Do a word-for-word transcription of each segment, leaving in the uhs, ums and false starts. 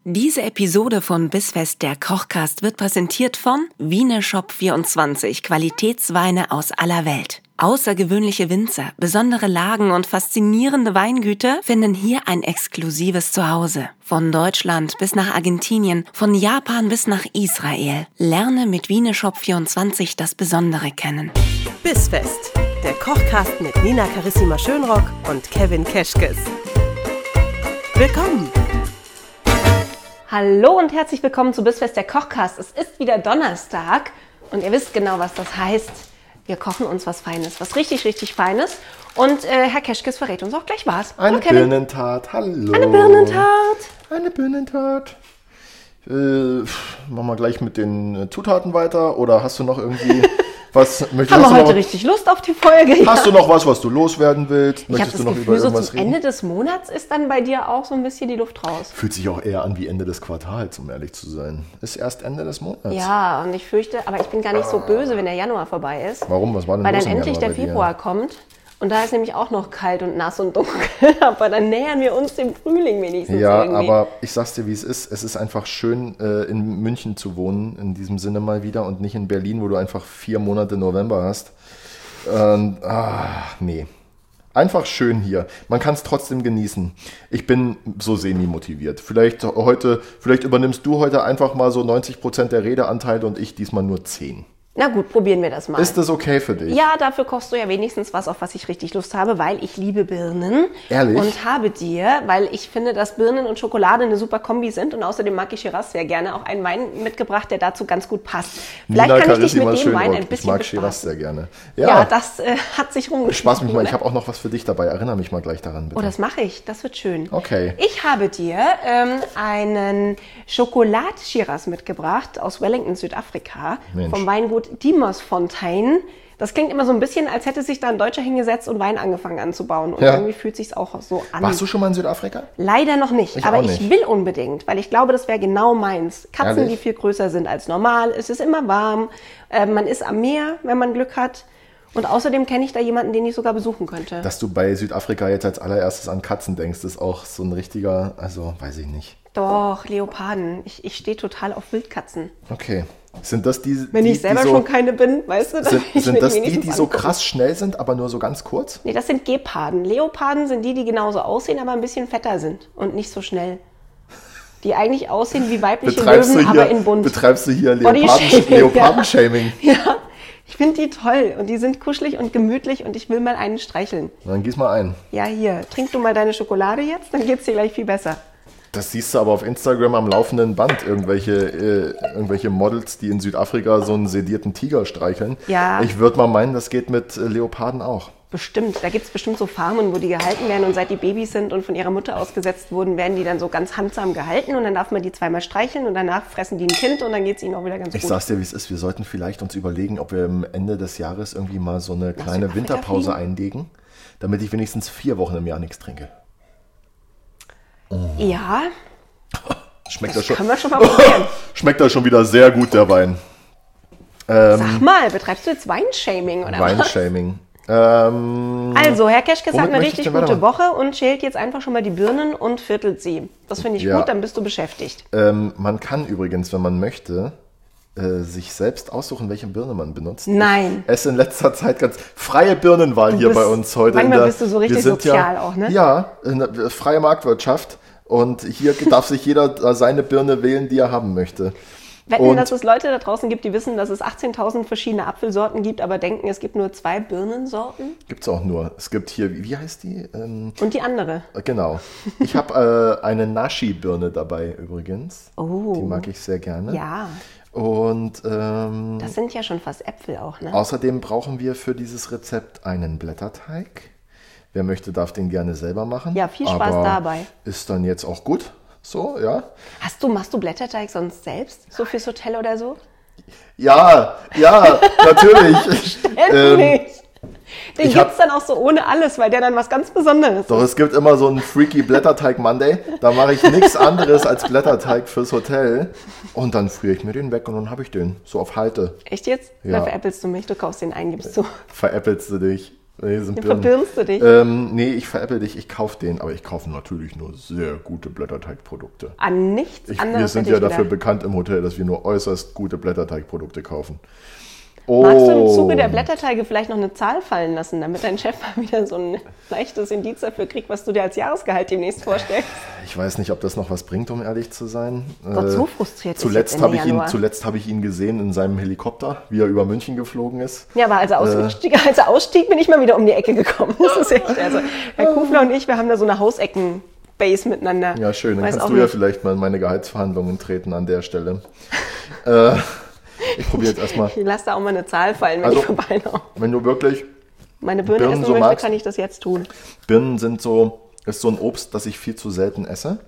Diese Episode von Bissfest, der Kochcast, wird präsentiert von Wieneshop vierundzwanzig, Qualitätsweine aus aller Welt. Außergewöhnliche Winzer, besondere Lagen und faszinierende Weingüter finden hier ein exklusives Zuhause. Von Deutschland bis nach Argentinien, von Japan bis nach Israel. Lerne mit Wieneshop vierundzwanzig das Besondere kennen. Bissfest, der Kochcast mit Nina Carissima Schönrock und Kevin Keschkes. Willkommen! Hallo und herzlich willkommen zu Bissfest, der Kochcast. Es ist wieder Donnerstag und ihr wisst genau, was das heißt. Wir kochen uns was Feines, was richtig, richtig Feines. Und äh, Herr Keschkes verrät uns auch gleich was. Eine Birnentat, hallo. Eine Birnentat. Eine Birnentat. Äh, machen wir gleich mit den Zutaten weiter oder hast du noch irgendwie was? Möchtest, Haben wir heute noch, richtig Lust auf die Folge? Hast ja. du noch was, was du loswerden willst? Möchtest ich habe das du noch Gefühl, über irgendwas so zum reden? Ende des Monats ist dann bei dir auch so ein bisschen die Luft raus. Fühlt sich auch eher an wie Ende des Quartals, um ehrlich zu sein. Ist erst Ende des Monats. Ja, und ich fürchte, aber ich bin gar nicht so böse, wenn der Januar vorbei ist. Warum? Was war denn Weil los dann im endlich Januar der Februar kommt. Und da ist nämlich auch noch kalt und nass und dunkel. Aber dann nähern wir uns dem Frühling wenigstens ja, irgendwie. Ja, aber ich sag's dir, wie es ist. Es ist einfach schön, äh, in München zu wohnen, in diesem Sinne mal wieder. Und nicht in Berlin, wo du einfach vier Monate November hast. Und, ah, nee. Einfach schön hier. Man kann es trotzdem genießen. Ich bin so semi-motiviert. Vielleicht heute, vielleicht übernimmst du heute einfach mal so neunzig Prozent der Redeanteile und ich diesmal nur zehn. Na gut, probieren wir das mal. Ist das okay für dich? Ja, dafür kochst du ja wenigstens was, auf was ich richtig Lust habe, weil ich liebe Birnen. Ehrlich? Und habe dir, weil ich finde, dass Birnen und Schokolade eine super Kombi sind und außerdem mag ich Shiraz sehr gerne, auch einen Wein mitgebracht, der dazu ganz gut passt. Vielleicht Nina kann ich dich mit dem Schönrock. Wein ein bisschen Ich mag bespaßen. Shiraz sehr gerne. Ja, ja das äh, hat sich rumgesprochen. Spaß mich mal, ich habe auch noch was für dich dabei. Erinnere mich mal gleich daran, bitte. Oh, das mache ich. Das wird schön. Okay. Ich habe dir ähm, einen Schokolad-Shiraz mitgebracht aus Wellington, Südafrika. Mensch. Vom Weingut Dimosfontein. Das klingt immer so ein bisschen, als hätte sich da ein Deutscher hingesetzt und Wein angefangen anzubauen. Und ja. irgendwie fühlt es sich auch so an. Warst du schon mal in Südafrika? Leider noch nicht, ich aber nicht. ich will unbedingt, weil ich glaube, das wäre genau meins. Katzen, Ehrlich? die viel größer sind als normal. Es ist immer warm. Äh, man ist am Meer, wenn man Glück hat. Und außerdem kenne ich da jemanden, den ich sogar besuchen könnte. Dass du bei Südafrika jetzt als allererstes an Katzen denkst, ist auch so ein richtiger, also weiß ich nicht. Doch, Leoparden. Ich, ich stehe total auf Wildkatzen. Okay. Sind das die, Wenn die, ich selber die so, schon keine bin, weißt du? Sind, ich sind das die, die angucken. so krass schnell sind, aber nur so ganz kurz? Nee, das sind Geparden. Leoparden sind die, die genauso aussehen, aber ein bisschen fetter sind und nicht so schnell. Die eigentlich aussehen wie weibliche betreibst Löwen, hier, aber in bunt. Betreibst du hier Leoparden-Shaming? Leoparden-Shaming? Ja. ja, ich finde die toll und die sind kuschelig und gemütlich und ich will mal einen streicheln. Dann gieß mal ein. Ja, hier, trink du mal deine Schokolade jetzt, dann geht's dir gleich viel besser. Das siehst du aber auf Instagram am laufenden Band. Irgendwelche, äh, irgendwelche Models, die in Südafrika so einen sedierten Tiger streicheln. Ja. Ich würde mal meinen, das geht mit äh, Leoparden auch. Bestimmt. Da gibt es bestimmt so Farmen, wo die gehalten werden und seit die Babys sind und von ihrer Mutter ausgesetzt wurden, werden die dann so ganz handsam gehalten und dann darf man die zweimal streicheln und danach fressen die ein Kind und dann geht es ihnen auch wieder ganz ich gut. Ich sag's dir, wie es ist. Wir sollten vielleicht uns überlegen, ob wir am Ende des Jahres irgendwie mal so eine kleine Winterpause einlegen, damit ich wenigstens vier Wochen im Jahr nichts trinke. Oh. Ja, Schmeckt das das schon, können wir schon mal probieren. Schmeckt das schon wieder sehr gut, der Wein. Ähm, Sag mal, betreibst du jetzt Weinshaming oder was? Weinshaming. Ähm, also, Herr Keschkes hat eine richtig gute Woche und schält jetzt einfach schon mal die Birnen und viertelt sie. Das finde ich ja. gut, dann bist du beschäftigt. Ähm, man kann übrigens, wenn man möchte, äh, sich selbst aussuchen, welche Birne man benutzt. Nein. Ich esse in letzter Zeit ganz freie Birnenwahl du hier bist, bei uns heute. Manchmal in der, bist du so richtig sozial ja, auch, ne? Ja, in der, freie Marktwirtschaft. Und hier darf sich jeder seine Birne wählen, die er haben möchte. Wetten, und dass es Leute da draußen gibt, die wissen, dass es achtzehntausend verschiedene Apfelsorten gibt, aber denken, es gibt nur zwei Birnensorten? Gibt es auch nur. Es gibt hier, wie heißt die? Ähm, und die andere? Genau. Ich habe äh, eine Nashi-Birne dabei übrigens. Oh. Die mag ich sehr gerne. Ja. Und ähm, das sind ja schon fast Äpfel auch, ne? Außerdem brauchen wir für dieses Rezept einen Blätterteig. Wer möchte, darf den gerne selber machen. Ja, viel Spaß aber dabei. Ist dann jetzt auch gut. So, ja. Hast du, machst du Blätterteig sonst selbst? So fürs Hotel oder so? Ja, ja, natürlich. ähm, Den gibt es dann auch so ohne alles, weil der dann was ganz Besonderes doch, ist. Doch, es gibt immer so einen freaky Blätterteig Monday. Da mache ich nichts anderes als Blätterteig fürs Hotel. Und dann friere ich mir den weg und dann habe ich den so auf Halte. Echt jetzt? Ja. Oder veräppelst du mich? Du kaufst den ein, gibst du. Veräppelst du dich? Nee, sind Dann Birnen. verbirnst du dich. Ähm, nee, ich veräpple dich, ich kaufe den, aber ich kaufe natürlich nur sehr gute Blätterteigprodukte. An nichts Ich, anderes wir sind hätte ja ich dafür gedacht. bekannt im Hotel, dass wir nur äußerst gute Blätterteigprodukte kaufen. Magst du im Oh. Zuge der Blätterteige vielleicht noch eine Zahl fallen lassen, damit dein Chef mal wieder so ein leichtes Indiz dafür kriegt, was du dir als Jahresgehalt demnächst vorstellst? Ich weiß nicht, ob das noch was bringt, um ehrlich zu sein. Gott, Äh, so frustriert ist zuletzt jetzt habe Ende ich ihn, Januar. Zuletzt habe ich ihn gesehen in seinem Helikopter, wie er über München geflogen ist. Ja, aber als er, ausstieg, als er ausstieg, bin ich mal wieder um die Ecke gekommen. Das ist echt, also Herr Kufler und ich, wir haben da so eine Hausecken-Base miteinander. Ja, schön. Dann Weiß kannst auch du ja nicht. vielleicht mal in meine Gehaltsverhandlungen treten an der Stelle. äh, ich probiere jetzt erstmal. Ich lasse da auch mal eine Zahl fallen, wenn Also- ich vorbeilaufe. Wenn du wirklich, Meine Birne Birnen essen so möchte, magst. kann ich das jetzt tun. Birnen sind so, ist so ein Obst, das ich viel zu selten esse.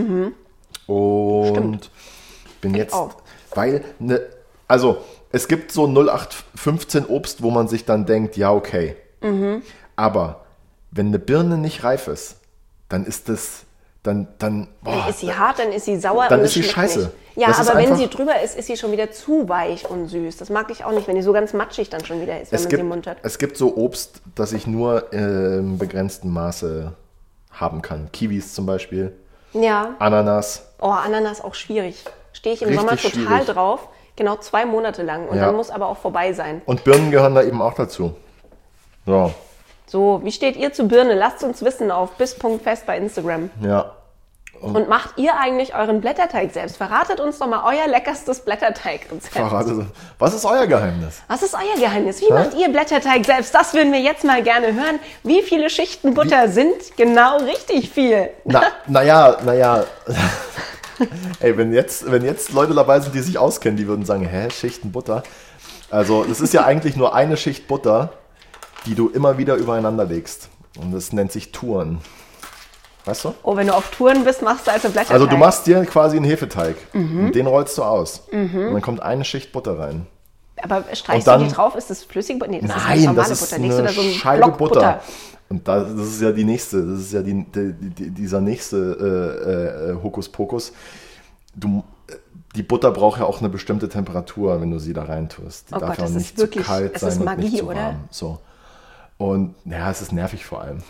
Und bin jetzt, auch. weil, ne, also es gibt so null acht fünfzehn Obst, wo man sich dann denkt, ja, okay. Aber wenn eine Birne nicht reif ist, dann ist das, dann, dann, boah, Ist sie hart, dann ist sie sauer Dann und ist es sie schmeckt scheiße. nicht. Ja, Das ist aber wenn einfach- sie drüber ist, ist sie schon wieder zu weich und süß. Das mag ich auch nicht, wenn die so ganz matschig dann schon wieder ist, wenn es man gibt, sie im Mund hat. es gibt so Obst, das ich nur im begrenzten Maße haben kann. Kiwis zum Beispiel, Ja. Ananas. Oh, Ananas auch schwierig. Stehe ich im Richtig Sommer total schwierig. drauf. Genau zwei Monate lang. Und Ja. dann muss aber auch vorbei sein. Und Birnen gehören da eben auch dazu. So, So, wie steht ihr zu Birne? Lasst uns wissen auf bis.fest bei Instagram. ja. Und macht ihr eigentlich euren Blätterteig selbst? Verratet uns doch mal euer leckerstes Blätterteigrezept. Verrate, was ist euer Geheimnis? Was ist euer Geheimnis? Wie macht ihr Blätterteig selbst? Das würden wir jetzt mal gerne hören. Wie viele Schichten Butter sind? Genau richtig viel. Na, naja, naja. Ey, wenn jetzt, wenn jetzt Leute dabei sind, die sich auskennen, die würden sagen, hä, Schichten Butter? Also, es ist ja eigentlich nur eine Schicht Butter, die du immer wieder übereinander legst. Und das nennt sich Touren. Weißt du? Oh, wenn du auf Touren bist, machst du also Blätterteig. Also, du machst dir quasi einen Hefeteig. Mhm. Und den rollst du aus. Und dann kommt eine Schicht Butter rein. Aber streichst Und dann- du die drauf? Ist das flüssige Butter? Nee, das ist ganz Nein, normale das ist Butter. Legst du eine da so einen Scheibe Block Butter. Butter? Und da, das ist ja die nächste, das ist ja die, die, die, dieser nächste äh, äh, Hokuspokus. Du, äh, die Butter braucht ja auch eine bestimmte Temperatur, wenn du sie da reintust. Die Oh darf Gott, ja das ist nicht wirklich- zu kalt es sein ist und Magie, nicht zu oder? warm. So. Und ja, es ist nervig vor allem.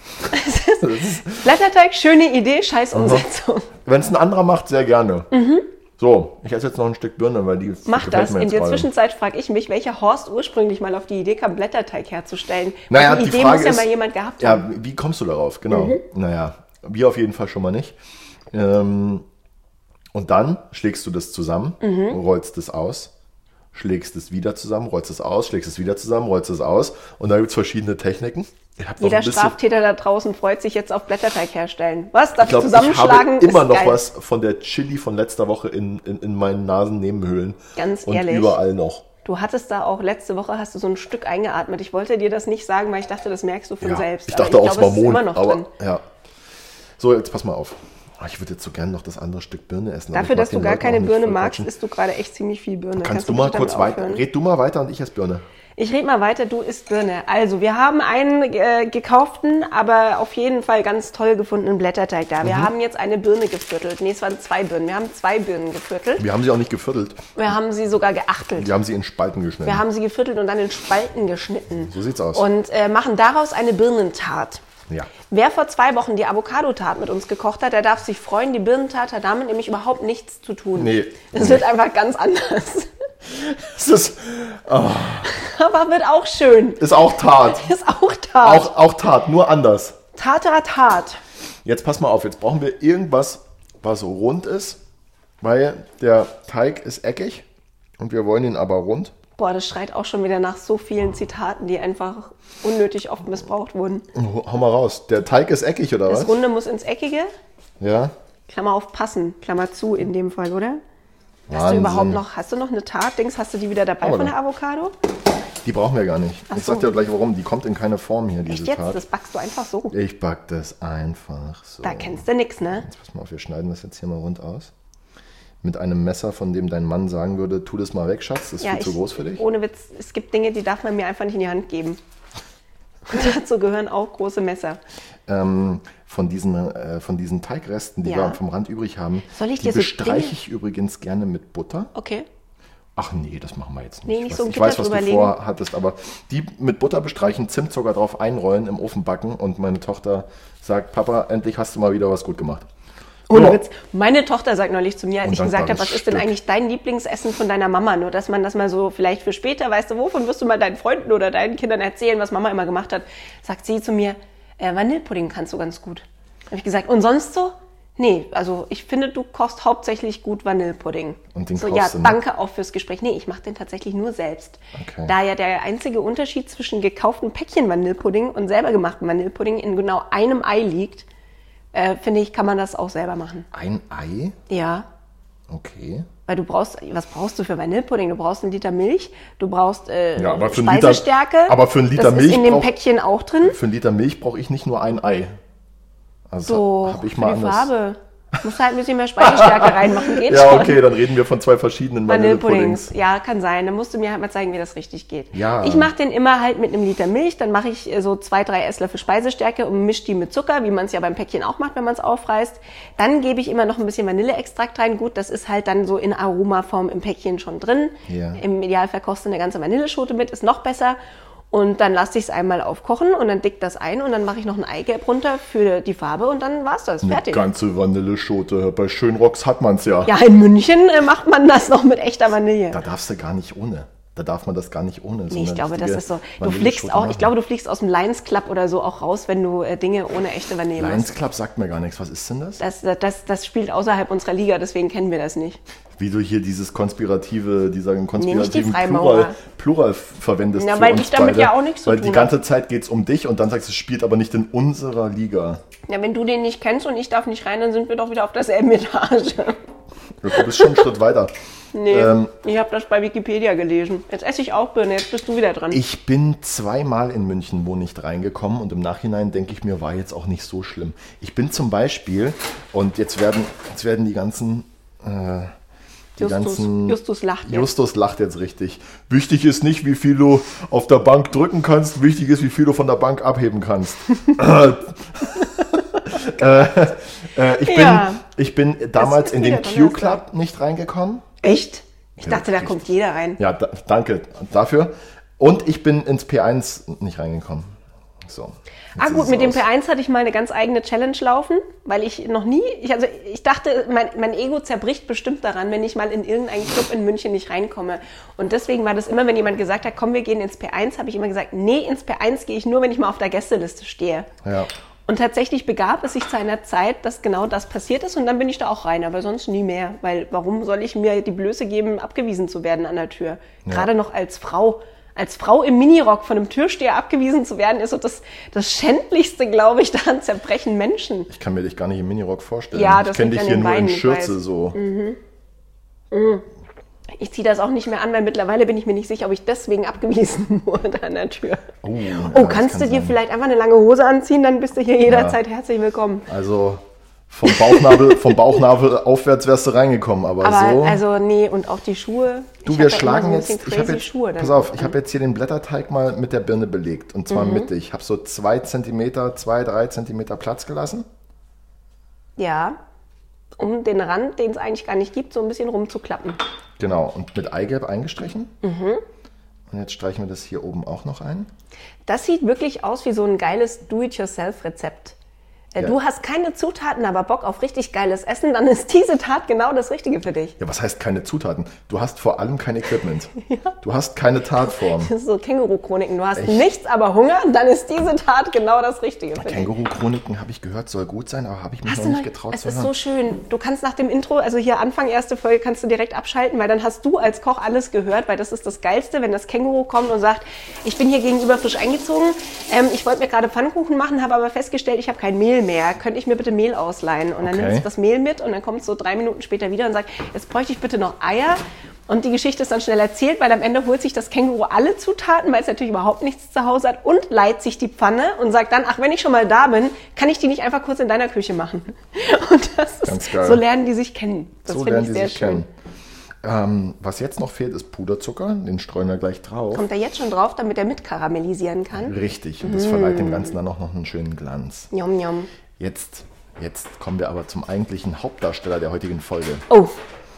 Blätterteig, schöne Idee, scheiß Umsetzung. Wenn es ein anderer macht, sehr gerne. So, ich esse jetzt noch ein Stück Birne, weil die Mach gefällt das. mir In jetzt der gerade. Zwischenzeit frage ich mich, welcher Horst ursprünglich mal auf die Idee kam, Blätterteig herzustellen. Naja, die die Idee Frage muss ja ist, mal jemand gehabt haben. Ja, wie kommst du darauf? Genau. Naja, wir auf jeden Fall schon mal nicht. Ähm, und dann schlägst du das zusammen, rollst es aus, schlägst es wieder zusammen, rollst es aus, schlägst es wieder zusammen, rollst es aus. Und da gibt es verschiedene Techniken. Ich hab noch Jeder ein bisschen- Straftäter da draußen freut sich jetzt auf Blätterteig herstellen. Was? Darf Ich glaube, ich zusammenschlagen? habe immer Ist noch geil. was von der Chili von letzter Woche in, in, in meinen Nasennebenhöhlen. Ganz und ehrlich. überall noch. Du hattest da auch, letzte Woche hast du so ein Stück eingeatmet. Ich wollte dir das nicht sagen, weil ich dachte, das merkst du von Ja, selbst. ich Aber dachte auch, es glaube, war es ist Mond. immer noch aber, drin. Ja. So, jetzt pass mal auf. Ah, Ich würde jetzt so gerne noch das andere Stück Birne essen. aber Dafür, ich mag dass du den gar Leuten keine auch nicht Birne voll magst, quatschen. isst du gerade echt ziemlich viel Birne. Kannst du mal bitte kurz damit weiter? aufhören? Red du mal weiter und ich esse Birne. Ich rede mal weiter, du isst Birne. Also, wir haben einen äh, gekauften, aber auf jeden Fall ganz toll gefundenen Blätterteig da. Wir haben jetzt eine Birne geviertelt. Nee, es waren zwei Birnen. Wir haben zwei Birnen geviertelt. Wir haben sie auch nicht geviertelt. Wir haben sie sogar geachtelt. Wir haben sie in Spalten geschnitten. Wir haben sie geviertelt und dann in Spalten geschnitten. So sieht's aus. Und äh, machen daraus eine Birnentart. Ja. Wer vor zwei Wochen die Avocado-Tart mit uns gekocht hat, der darf sich freuen. Die Birnentart hat damit nämlich überhaupt nichts zu tun. Nee. Es wird einfach ganz anders. Es ist, Aber wird auch schön. ist auch Tat. Ist auch Tart. Auch, auch Tat, nur anders. Tartar Tart. Jetzt pass mal auf, jetzt brauchen wir irgendwas, was rund ist, weil der Teig ist eckig und wir wollen ihn aber rund. Boah, das schreit auch schon wieder nach so vielen Zitaten, die einfach unnötig oft missbraucht wurden. Hau mal raus. Der Teig ist eckig, oder Das was? Runde muss ins Eckige. Ja. Klammer auf passen, Klammer zu in dem Fall, oder? Hast Wahnsinn. du überhaupt noch, hast du noch eine Tart-Dings? Hast du die wieder dabei Aber von noch. der Avocado? Die brauchen wir gar nicht. Ach Ich so. sag dir gleich warum. Die kommt in keine Form hier, diese Echt jetzt? Tat. Das backst du einfach so. Ich back das einfach so. Da kennst du nix, ne? Jetzt pass mal auf, wir schneiden das jetzt hier mal rund aus. Mit einem Messer, von dem dein Mann sagen würde, tu das mal weg, Schatz, das ist viel zu groß für dich. Ohne Witz, es gibt Dinge, die darf man mir einfach nicht in die Hand geben. Und dazu gehören auch große Messer. Ähm, von, diesen, äh, von diesen Teigresten, die Ja. wir vom Rand übrig haben, Soll ich die dir so bestreiche Dinge- ich übrigens gerne mit Butter. Okay. Ach nee, das machen wir jetzt nicht. Nee, nicht was, so ein ich weiß, was du drüberlegen. vorhattest, aber die mit Butter bestreichen, Zimtzucker drauf einrollen, im Ofen backen und meine Tochter sagt, Papa, endlich hast du mal wieder was gut gemacht. Ohne Ja. Witz. Meine Tochter sagt neulich zu mir, als ich gesagt habe, Undankbares was ist denn Stück. eigentlich dein Lieblingsessen von deiner Mama? Nur, dass man das mal so vielleicht für später, weißt du, wovon wirst du mal deinen Freunden oder deinen Kindern erzählen, was Mama immer gemacht hat? Sagt sie zu mir, äh, Vanillepudding kannst du ganz gut. Habe ich gesagt, und sonst so? Nee, also ich finde, du kochst hauptsächlich gut Vanillepudding. Und den so, kaufst ja, du, ne? danke auch fürs Gespräch. Nee, ich mache den tatsächlich nur selbst. Okay. Da ja der einzige Unterschied zwischen gekauften Päckchen Vanillepudding und selber gemachten Vanillepudding in genau einem Ei liegt, äh, finde ich, kann man das auch selber machen. Ein Ei? Ja, Okay. weil du brauchst, was brauchst du für Vanillepudding? Du brauchst einen Liter Milch, du brauchst äh, Ja, aber für einen Liter- Speisestärke. aber für einen Liter das Milch ist in dem brauch- Päckchen auch drin. Für einen Liter Milch brauche ich nicht nur ein Ei. Also So, habe ich für mal die anders. Farbe. Musst halt ein bisschen mehr Speisestärke reinmachen, geht Ja, schon. okay, dann reden wir von zwei verschiedenen Vanillepuddings. Vanillepuddings. Ja, kann sein. Dann musst du mir halt mal zeigen, wie das richtig geht. Ja. Ich mache den immer halt mit einem Liter Milch, dann mache ich äh, so zwei, drei Esslöffel Speisestärke und mische die mit Zucker, wie man es ja beim Päckchen auch macht, wenn man es aufreißt. Dann gebe ich immer noch ein bisschen Vanilleextrakt rein. Gut, das ist halt dann so in Aromaform im Päckchen schon drin. Ja. Im Idealfall kostet eine ganze Vanilleschote mit, ist noch besser. Und dann lasse ich es einmal aufkochen und dann dickt das ein und dann mache ich noch ein Eigelb runter für die Farbe und dann war's das. Eine Fertig. ganze Vanilleschote. Bei Schönrocks hat man's ja. Ja, in München äh, macht man das noch mit echter Vanille. Da darfst du gar nicht ohne. Da darf man das gar nicht ohne. Nee, ich glaube, das ist so. Du Vanilleschote fliegst auch, ich machen. glaube, du fliegst aus dem Lions Club oder so auch raus, wenn du äh, Dinge ohne echte Vanille machst. Lions Club sagt mir gar nichts. Was ist denn das? Das, das, das, das spielt außerhalb unserer Liga, deswegen kennen wir das nicht. Wie du hier dieses konspirative, die sagen nicht die konspirativen Freimaurer. Plural, Plural verwendest Na, für weil uns ich damit beide. ja auch nichts zu Weil tun die hab. ganze Zeit geht's um dich und dann sagst du, es spielt aber nicht in unserer Liga. Ja, wenn du den nicht kennst und ich darf nicht rein, dann sind wir doch wieder auf derselben Etage. Du bist schon einen Schritt weiter. Nee, Ähm, ich habe das bei Wikipedia gelesen. Jetzt esse ich auch Birne, jetzt bist du wieder dran. Ich bin zweimal in München wo nicht reingekommen und im Nachhinein denke ich mir, war jetzt auch nicht so schlimm. Ich bin zum Beispiel, und jetzt werden, jetzt werden die ganzen... Äh, die Justus, ganzen Justus lacht jetzt. Justus lacht jetzt richtig. Wichtig ist nicht, wie viel du auf der Bank drücken kannst, wichtig ist, wie viel du von der Bank abheben kannst. äh, äh, ich, bin, Ja. ich bin damals ist in wieder den Donnerstag. Q-Club nicht reingekommen. Echt? Ich Ja, dachte, da echt. kommt jeder rein. Ja, da, danke dafür. Und ich bin ins P eins nicht reingekommen. So. jetzt Ah ist gut, es mit dem aus. P eins hatte ich mal eine ganz eigene Challenge laufen, weil ich noch nie, ich, also ich dachte, mein, mein Ego zerbricht bestimmt daran, wenn ich mal in irgendeinen Club in München nicht reinkomme. Und deswegen war das immer, wenn jemand gesagt hat, komm, wir gehen ins P eins, habe ich immer gesagt, nee, ins P eins gehe ich nur, wenn ich mal auf der Gästeliste stehe. Ja. Und tatsächlich begab es sich zu einer Zeit, dass genau das passiert ist und dann bin ich da auch rein, aber sonst nie mehr. Weil warum soll ich mir die Blöße geben, abgewiesen zu werden an der Tür? Ja. Gerade noch als Frau. Als Frau im Minirock von einem Türsteher abgewiesen zu werden, ist so das, das Schändlichste, glaube ich, daran zerbrechen Menschen. Ich kann mir dich gar nicht im Minirock vorstellen. Ja, das ich kenne liegt dich an hier den nur in Beinen, ich Schürze weiß. so. Ich ziehe das auch nicht mehr an, weil mittlerweile bin ich mir nicht sicher, ob ich deswegen abgewiesen wurde an der Tür. Oh, ja, Oh, das kannst kann du dir sein. vielleicht einfach eine lange Hose anziehen, dann bist du hier jederzeit herzlich willkommen. Also vom Bauchnabel, vom Bauchnabel aufwärts wärst du reingekommen, aber, Aber so. also nee, und auch die Schuhe. du, Ich wir hab da immer schlagen so ein jetzt, bisschen ich habe crazy jetzt, Schuhe dann pass auf, auch ich an. habe jetzt hier den Blätterteig mal mit der Birne belegt und zwar Mhm. mittig. Ich habe so zwei Zentimeter, zwei, drei Zentimeter Platz gelassen. Ja, um den Rand, den es eigentlich gar nicht gibt, so ein bisschen rumzuklappen. Genau, und mit Eigelb eingestrichen. Mhm. Und jetzt streichen wir das hier oben auch noch ein. Das sieht wirklich aus wie so ein geiles Do-it-yourself-Rezept. Äh, Ja. Du hast keine Zutaten, aber Bock auf richtig geiles Essen, dann ist diese Tat genau das Richtige für dich. Ja, was heißt keine Zutaten? Du hast vor allem kein Equipment. Du hast keine Tatform. Das ist so Känguru-Chroniken. Du hast Echt? nichts, aber Hunger, dann ist diese Tat genau das Richtige für dich. Känguru-Chroniken habe ich gehört, soll gut sein, aber habe ich mich Hast noch du nicht noch, getraut es zu ist hören. so schön. Du kannst nach dem Intro, also hier Anfang erste Folge, kannst du direkt abschalten, weil dann hast du als Koch alles gehört, weil das ist das Geilste, wenn das Känguru kommt und sagt, ich bin hier gegenüber frisch eingezogen, ähm, ich wollte mir gerade Pfannkuchen machen, habe aber festgestellt, ich habe kein Mehl mehr. Könnte ich mir bitte Mehl ausleihen? Und dann Okay. nimmst du das Mehl mit und dann kommst du so drei Minuten später wieder und sagst, jetzt bräuchte ich bitte noch Eier. Und die Geschichte ist dann schnell erzählt, weil am Ende holt sich das Känguru alle Zutaten, weil es natürlich überhaupt nichts zu Hause hat und leiht sich die Pfanne und sagt dann, ach, wenn ich schon mal da bin, kann ich die nicht einfach kurz in deiner Küche machen. Und das Ganz ist, geil. so lernen die sich kennen. Das So finde lernen ich die sehr sich schön. kennen. Ähm, was jetzt noch fehlt, ist Puderzucker. Den streuen wir gleich drauf. Kommt er jetzt schon drauf, damit er mitkaramellisieren kann? Richtig. Und das Mm. verleiht dem Ganzen dann auch noch einen schönen Glanz. Njom, njom. Jetzt, jetzt kommen wir aber zum eigentlichen Hauptdarsteller der heutigen Folge. Oh,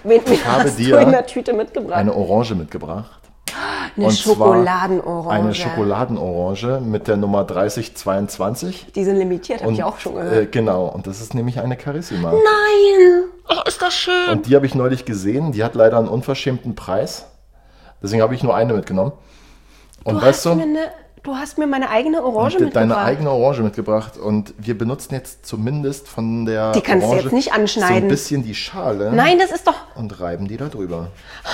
Wen, wen ich habe hast dir du in der Tüte mitgebracht? eine Orange mitgebracht. Eine Und Schokoladenorange. Zwar eine Schokoladenorange mit der Nummer dreißig zweiundzwanzig. Die sind limitiert, habe ich auch schon gehört. Äh, genau, und das ist nämlich eine Carissima. Nein! Oh, ist das schön. Und die habe ich neulich gesehen. Die hat leider einen unverschämten Preis. Deswegen habe ich nur eine mitgenommen. Und du, weißt hast du, mir eine, du hast mir meine eigene Orange deine mitgebracht. Deine eigene Orange mitgebracht. Und wir benutzen jetzt zumindest von der Die kannst Orange du jetzt nicht anschneiden. so ein bisschen die Schale. Nein, das ist doch... Und reiben die da drüber.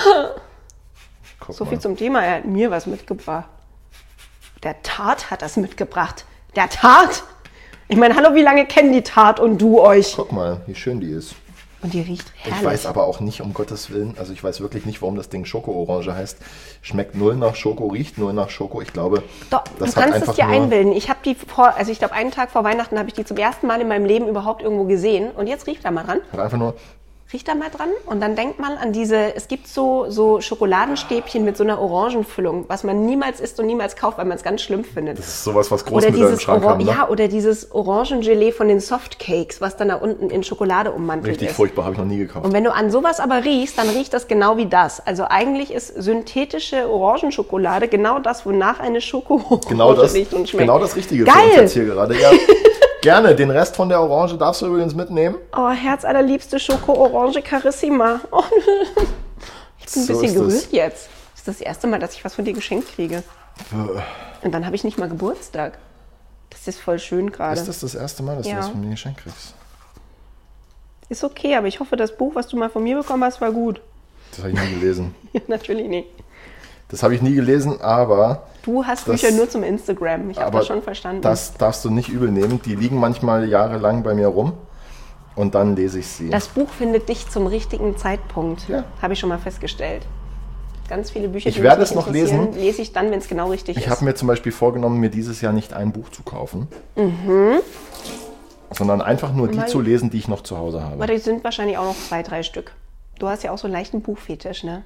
Guck So mal. viel zum Thema. Er hat mir was mitgebracht. Der Tart hat das mitgebracht. Der Tart? Ich meine, hallo, wie lange kennen die Tart und du euch? Guck mal, wie schön die ist. Und die riecht herrlich. Ich weiß aber auch nicht, um Gottes Willen, also ich weiß wirklich nicht, warum das Ding Schoko-Orange heißt. Schmeckt null nach Schoko, riecht null nach Schoko. Ich glaube, Doch, das du hat kannst einfach es dir nur einbilden. Ich habe die vor, also ich glaube, einen Tag vor Weihnachten habe ich die zum ersten Mal in meinem Leben überhaupt irgendwo gesehen. Und jetzt riecht da mal dran. Hat einfach nur, Riecht da mal dran und dann denkt man an diese, es gibt so, so Schokoladenstäbchen mit so einer Orangenfüllung, was man niemals isst und niemals kauft, weil man es ganz schlimm findet. das ist sowas, was Oder Großmütter im dieses, Schrank Ora- haben. Ne? ja, oder dieses Orangengelee von den Softcakes, was dann da unten in Schokolade ummantelt Richtig ist. furchtbar, habe ich noch nie gekauft. Und wenn du an sowas aber riechst, dann riecht das genau wie das. Also eigentlich ist synthetische Orangenschokolade genau das, wonach eine Schoko-Orange Genau das, riecht und schmeckt. genau das Richtige Geil. für uns jetzt hier gerade. Ja, gerne, den Rest von der Orange darfst du übrigens mitnehmen. Oh, herzallerliebste Schoko-Orange Carissima. Oh, ich bin ein So bisschen ist das. gerührt jetzt. Das ist das erste Mal, dass ich was von dir geschenkt kriege. Und dann habe ich nicht mal Geburtstag. Das ist voll schön gerade. Ist das das erste Mal, dass Ja. du das von mir geschenkt kriegst? Ist okay, aber ich hoffe, das Buch, was du mal von mir bekommen hast, war gut. Das habe ich nie gelesen. Ja, natürlich nicht. Das habe ich nie gelesen, aber Du hast Das- Bücher nur zum Instagram. Ich habe aber das schon verstanden. das darfst du nicht übel nehmen. Die liegen manchmal jahrelang bei mir rum und dann lese ich sie. Das Buch findet dich zum richtigen Zeitpunkt. Ja. Habe ich schon mal festgestellt. Ganz viele Bücher, Ich die werde mich es noch interessieren, lesen. lese ich dann, wenn es genau richtig Ich ist. habe mir zum Beispiel vorgenommen, mir dieses Jahr nicht ein Buch zu kaufen, mhm. sondern einfach nur die Mal- zu lesen, die ich noch zu Hause habe. Aber die sind wahrscheinlich auch noch zwei, drei Stück. Du hast ja auch so einen leichten Buchfetisch, ne?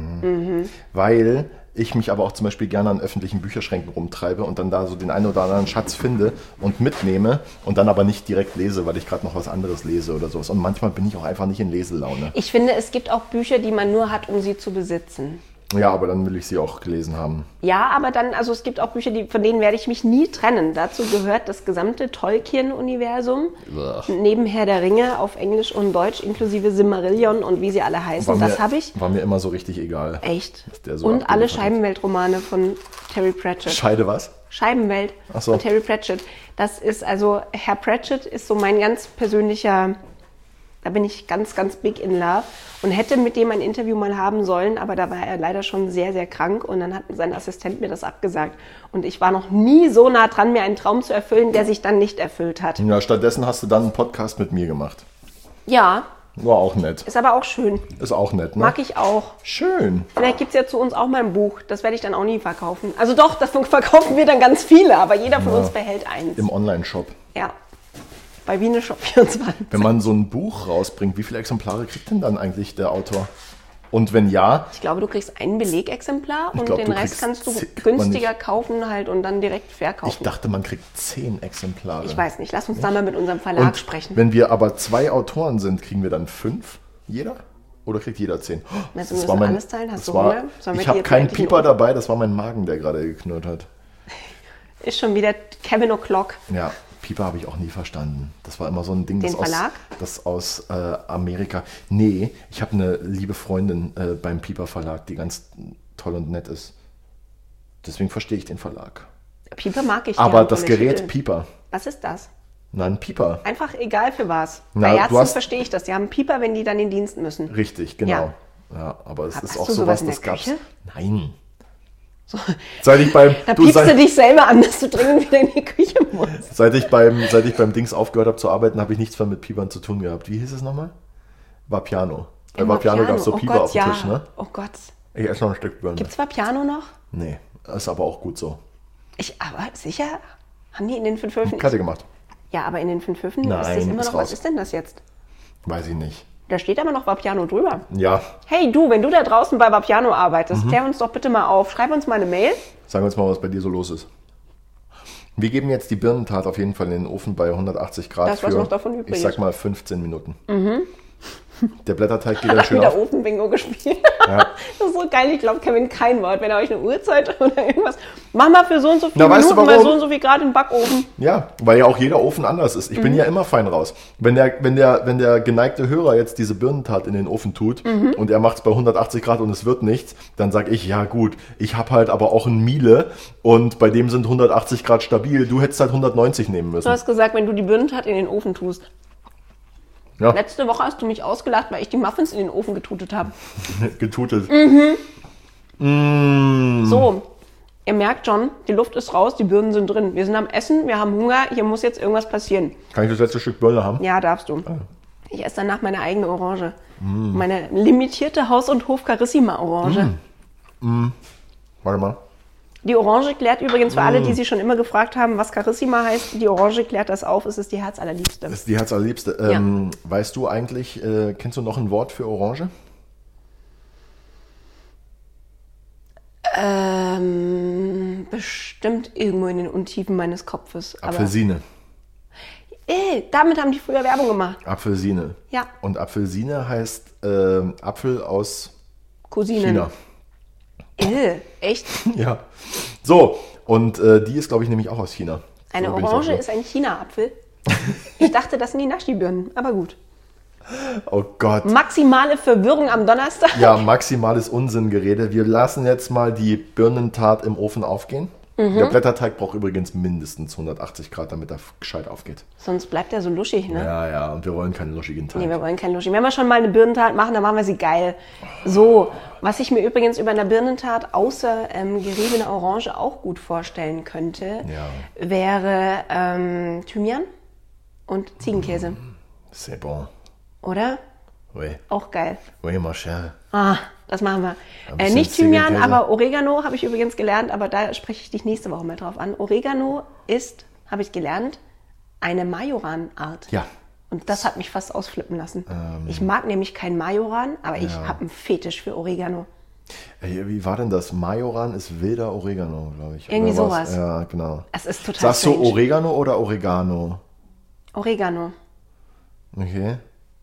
Weil ich mich aber auch zum Beispiel gerne an öffentlichen Bücherschränken rumtreibe und dann da so den einen oder anderen Schatz finde und mitnehme und dann aber nicht direkt lese, weil ich gerade noch was anderes lese oder sowas. Und manchmal bin ich auch einfach nicht in Leselaune. Ich finde, es gibt auch Bücher, die man nur hat, um sie zu besitzen. Ja, aber dann will ich sie auch gelesen haben. Ja, aber dann, also es gibt auch Bücher, die, von denen werde ich mich nie trennen. Dazu gehört das gesamte Tolkien-Universum. Neben Herr der Ringe auf Englisch und Deutsch, inklusive Silmarillion und wie sie alle heißen. War Das mir- habe ich. War mir immer so richtig egal. Echt. Dass der so Und alle abgeliefert hat. Scheibenweltromane von Terry Pratchett. Scheide was? Scheibenwelt Ach so. von Terry Pratchett. Das ist also, Herr Pratchett ist so mein ganz persönlicher, da bin ich ganz, ganz big in love und hätte mit dem ein Interview mal haben sollen, aber da war er leider schon sehr, sehr krank und dann hat sein Assistent mir das abgesagt. Und ich war noch nie so nah dran, mir einen Traum zu erfüllen, der sich dann nicht erfüllt hat. Ja, stattdessen hast du dann einen Podcast mit mir gemacht. Ja, War auch nett. ist aber auch schön. Ist auch nett, ne? Mag ich auch. Schön. Vielleicht gibt es ja zu uns auch mal ein Buch. Das werde ich dann auch nie verkaufen. Also doch, das verkaufen wir dann ganz viele, aber jeder von uns behält eins. Im Online-Shop. Ja. Bei Wiener Shop vierundzwanzig. Wenn man so ein Buch rausbringt, wie viele Exemplare kriegt denn dann eigentlich der Autor? Und wenn ja, Ich glaube, du kriegst ein Belegexemplar und glaub, den du Rest kriegst kannst du zig- kriegt man günstiger nicht. kaufen halt und dann direkt ich verkaufen. dachte, man kriegt zehn Exemplare. Ich weiß nicht, lass uns da mal mit unserem Verlag Und sprechen. wenn wir aber zwei Autoren sind, kriegen wir dann fünf? Jeder? Oder kriegt jeder zehn? Oh, Meinst du, wir müssen alles teilen? Hast das du war, Hunger? Sollen wir ich die habe jetzt keinen endlich in Pieper den dabei, das war mein Magen, der gerade geknurrt hat. Ist schon wieder Kevin O'Clock. Ja, Pieper habe ich auch nie verstanden. Das war immer so ein Ding, Den das aus, Verlag? das aus äh, Amerika. Nee, ich habe eine liebe Freundin äh, beim Pieper Verlag, die ganz toll und nett ist. Deswegen verstehe ich den Verlag. Pieper mag ich. die Aber haben das tolle Gerät Titel. Pieper, Was ist das? nein, Pieper. Einfach egal für was. Na, Bei du Ärzten hast- verstehe ich das. Die haben Pieper, wenn die dann in Dienst müssen. Richtig, genau. Ja, aber es Hast ist du auch sowas sowas, in der das gab's. Küche? Nein. Seit ich beim Da du, piepst du seit, dich selber an, dass du dringend wieder in die Küche musst. seit ich beim seit ich beim Dings aufgehört habe zu arbeiten, habe ich nichts mehr mit Piepern zu tun gehabt. Wie hieß es nochmal? Vapiano. Bei Vapiano gab es so oh Pieper Gott, auf dem ja. Tisch, ne? Oh Gott. Ich esse noch ein Stück Birne. Gibt's Vapiano noch? Nee, ist aber auch gut so. Ich, aber sicher? Haben die in den fünf Höfen? Kasse gemacht. Ja, aber in den fünf Höfen Nein, ist das immer ist noch. raus. Was ist denn das jetzt? Weiß ich nicht. Da steht aber noch Vapiano drüber. Ja, Hey du, wenn du da draußen bei Vapiano arbeitest, Mhm. klär uns doch bitte mal auf. Schreib uns mal eine Mail. sag uns mal, was bei dir so los ist. Wir geben jetzt die Birnentat auf jeden Fall in den Ofen bei hundertachtzig Grad Das, was für, noch davon übrig ich sag ist. mal, fünfzehn Minuten. Der Blätterteig geht dann schön wieder auf. Ofenbingo gespielt. Ja. Das ist so geil. Ich glaube, Kevin, kein Wort. Wenn er euch eine Uhrzeit oder irgendwas... Mach mal für so und so viele Na, weißt du Minuten mal warum? so und so viel Grad im Backofen. Ja, weil ja auch jeder Ofen anders ist. Ich bin ja immer fein raus. Wenn der, wenn der, wenn der geneigte Hörer jetzt diese Birnentat in den Ofen tut Mhm. und er macht es bei hundertachtzig Grad und es wird nichts, dann sage ich, ja gut, ich habe halt aber auch einen Miele und bei dem sind hundertachtzig Grad stabil. Du hättest halt hundertneunzig nehmen Du müssen. hast gesagt, wenn du die Birnentat in den Ofen tust. Ja, Letzte Woche hast du mich ausgelacht, weil ich die Muffins in den Ofen getutet habe. getutelt. Mhm. Mm. So, ihr merkt schon, die Luft ist raus, die Birnen sind drin. Wir sind am Essen, wir haben Hunger, hier muss jetzt irgendwas passieren. Kann ich das letzte Stück Birne haben? Ja, darfst du. Ich esse danach meine eigene Orange. Meine limitierte Haus- und Hof-Carissima-Orange. Warte mal. Die Orange klärt übrigens für alle, die sich schon immer gefragt haben, was Carissima heißt, die Orange klärt das auf, es ist die Herzallerliebste. Das ist die Herzallerliebste. Ähm, weißt du eigentlich, äh, kennst du noch ein Wort für Orange? Ähm, bestimmt irgendwo in den Untiefen meines Kopfes. Aber, Apfelsine. äh, damit haben die früher Werbung gemacht. Apfelsine. Ja. Und Apfelsine heißt ähm, Apfel aus Cousinen. China. Äh, echt? Ja. So, und äh, die ist, glaube ich, nämlich auch aus China. Eine So bin ich Orange drauf ist ein China-Apfel. Ich dachte, das sind die Naschi-Birnen, aber gut. gekommen. Oh Gott. Maximale Verwirrung am Donnerstag. Ja, maximales Unsinngerede. Wir lassen jetzt mal die Birnentat im Ofen aufgehen. Mhm. Der Blätterteig braucht übrigens mindestens hundertachtzig Grad, damit er gescheit aufgeht. Sonst bleibt er so luschig, ne? Ja, ja, und wir wollen keinen luschigen Teig. Nee, wir wollen kein Luschig. Wenn wir schon mal eine Birnentat machen, dann machen wir sie geil. So, was ich mir übrigens über eine Birnentat außer ähm, geriebene Orange auch gut vorstellen könnte, Ja. wäre ähm, Thymian und Ziegenkäse. C'est bon. Oder? Oui, Auch geil. oui, ma chère. Ah, das machen wir. Ein Äh, bisschen nicht Thymian, Ziegenkäse. aber Oregano habe ich übrigens gelernt, aber da spreche ich dich nächste Woche mal drauf an. Oregano ist, habe ich gelernt, eine Majoran-Art. Ja. Und das hat mich fast ausflippen lassen. ich mag nämlich kein Majoran, aber ich habe einen Fetisch für Oregano. Ey, wie war denn das? Majoran ist wilder Oregano, glaube ich. Irgendwie Oder was? sowas. Ja, genau. Es ist total Sagst du strange. Oregano oder Oregano? Oregano. Okay.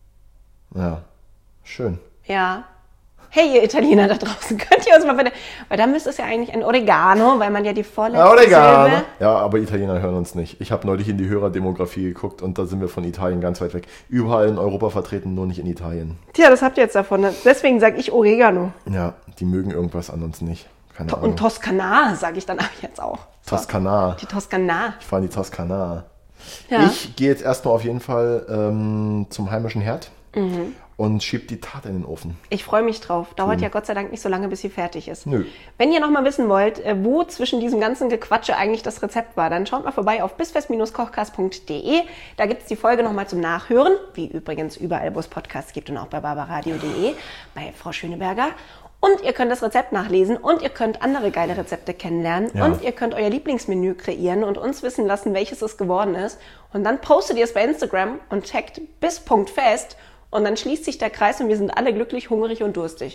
Ja, schön. Ja. Hey, ihr Italiener da draußen, könnt ihr uns mal bitte... Weil da müsste es ja eigentlich ein Oregano, weil man ja die vorletzte Ja, Oregano. Silbe... Ja, aber Italiener hören uns nicht. Ich habe neulich in die Hörerdemografie geguckt und da sind wir von Italien ganz weit weg. Überall in Europa vertreten, nur nicht in Italien. Tja, das habt ihr jetzt davon. Ne? Deswegen sage ich Oregano. Ja, die mögen irgendwas an uns nicht. Keine Ahnung. Und Toskana sage ich dann auch jetzt auch. So. Toskana. Die Toskana. Ich fahre in die Toskana. Ja. Ich gehe jetzt erstmal auf jeden Fall ähm, zum heimischen Herd Mhm. und schieb die Tat in den Ofen. Ich freue mich drauf. Dauert ja Gott sei Dank nicht so lange, bis sie fertig ist. Nö. Wenn ihr noch mal wissen wollt, äh, wo zwischen diesem ganzen Gequatsche eigentlich das Rezept war, dann schaut mal vorbei auf bisfest kochcast punkt de. Da gibt es die Folge noch mal zum Nachhören, wie übrigens überall, wo es Podcasts gibt und auch bei barbaradio punkt de, bei Frau Schöneberger. Und ihr könnt das Rezept nachlesen und ihr könnt andere geile Rezepte kennenlernen Ja. und ihr könnt euer Lieblingsmenü kreieren und uns wissen lassen, welches es geworden ist. Und dann postet ihr es bei Instagram und taggt bis.fest und dann schließt sich der Kreis und wir sind alle glücklich, hungrig und durstig.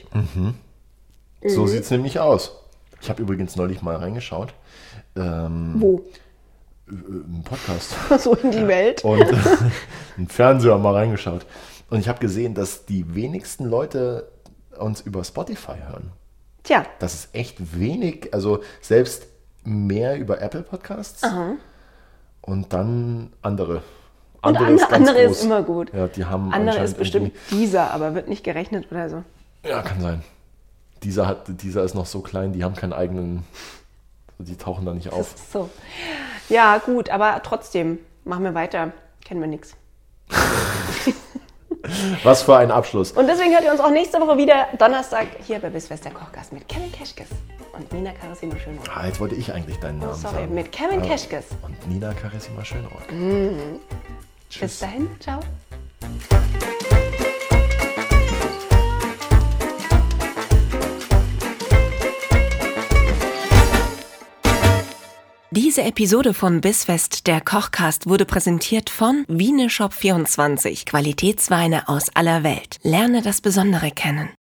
So sieht es nämlich aus. Ich habe übrigens neulich mal reingeschaut. Ähm, Wo? Im Podcast. So in die Welt. Und äh, im Fernseher mal reingeschaut. Und ich habe gesehen, dass die wenigsten Leute uns über Spotify hören. Tja, Das ist echt wenig, also selbst mehr über Apple Podcasts und dann andere. und Andere andere, ist ganz andere groß. ist immer gut. Ja, die haben Andere anscheinend ist bestimmt dieser, aber wird nicht gerechnet oder so. irgendwie- Ja, kann sein. Dieser, hat, dieser ist noch so klein, die haben keinen eigenen, die tauchen da nicht auf. So. Ja, gut, aber trotzdem, machen wir weiter. Kennen wir nichts. Was für ein Abschluss. Und deswegen hört ihr uns auch nächste Woche wieder Donnerstag hier bei Bisfest der Kochgast mit Kevin Keschkes und Nina Carissima Schönroth. Ah, jetzt wollte ich eigentlich deinen Namen Sorry, sagen. mit Kevin Ja. Keschkes. Und Nina Carissima Schönroth. Bis Tschüss. dahin, ciao. Diese Episode von Bissfest, der Kochcast, wurde präsentiert von Wieneshop vierundzwanzig, Qualitätsweine aus aller Welt. Lerne das Besondere kennen.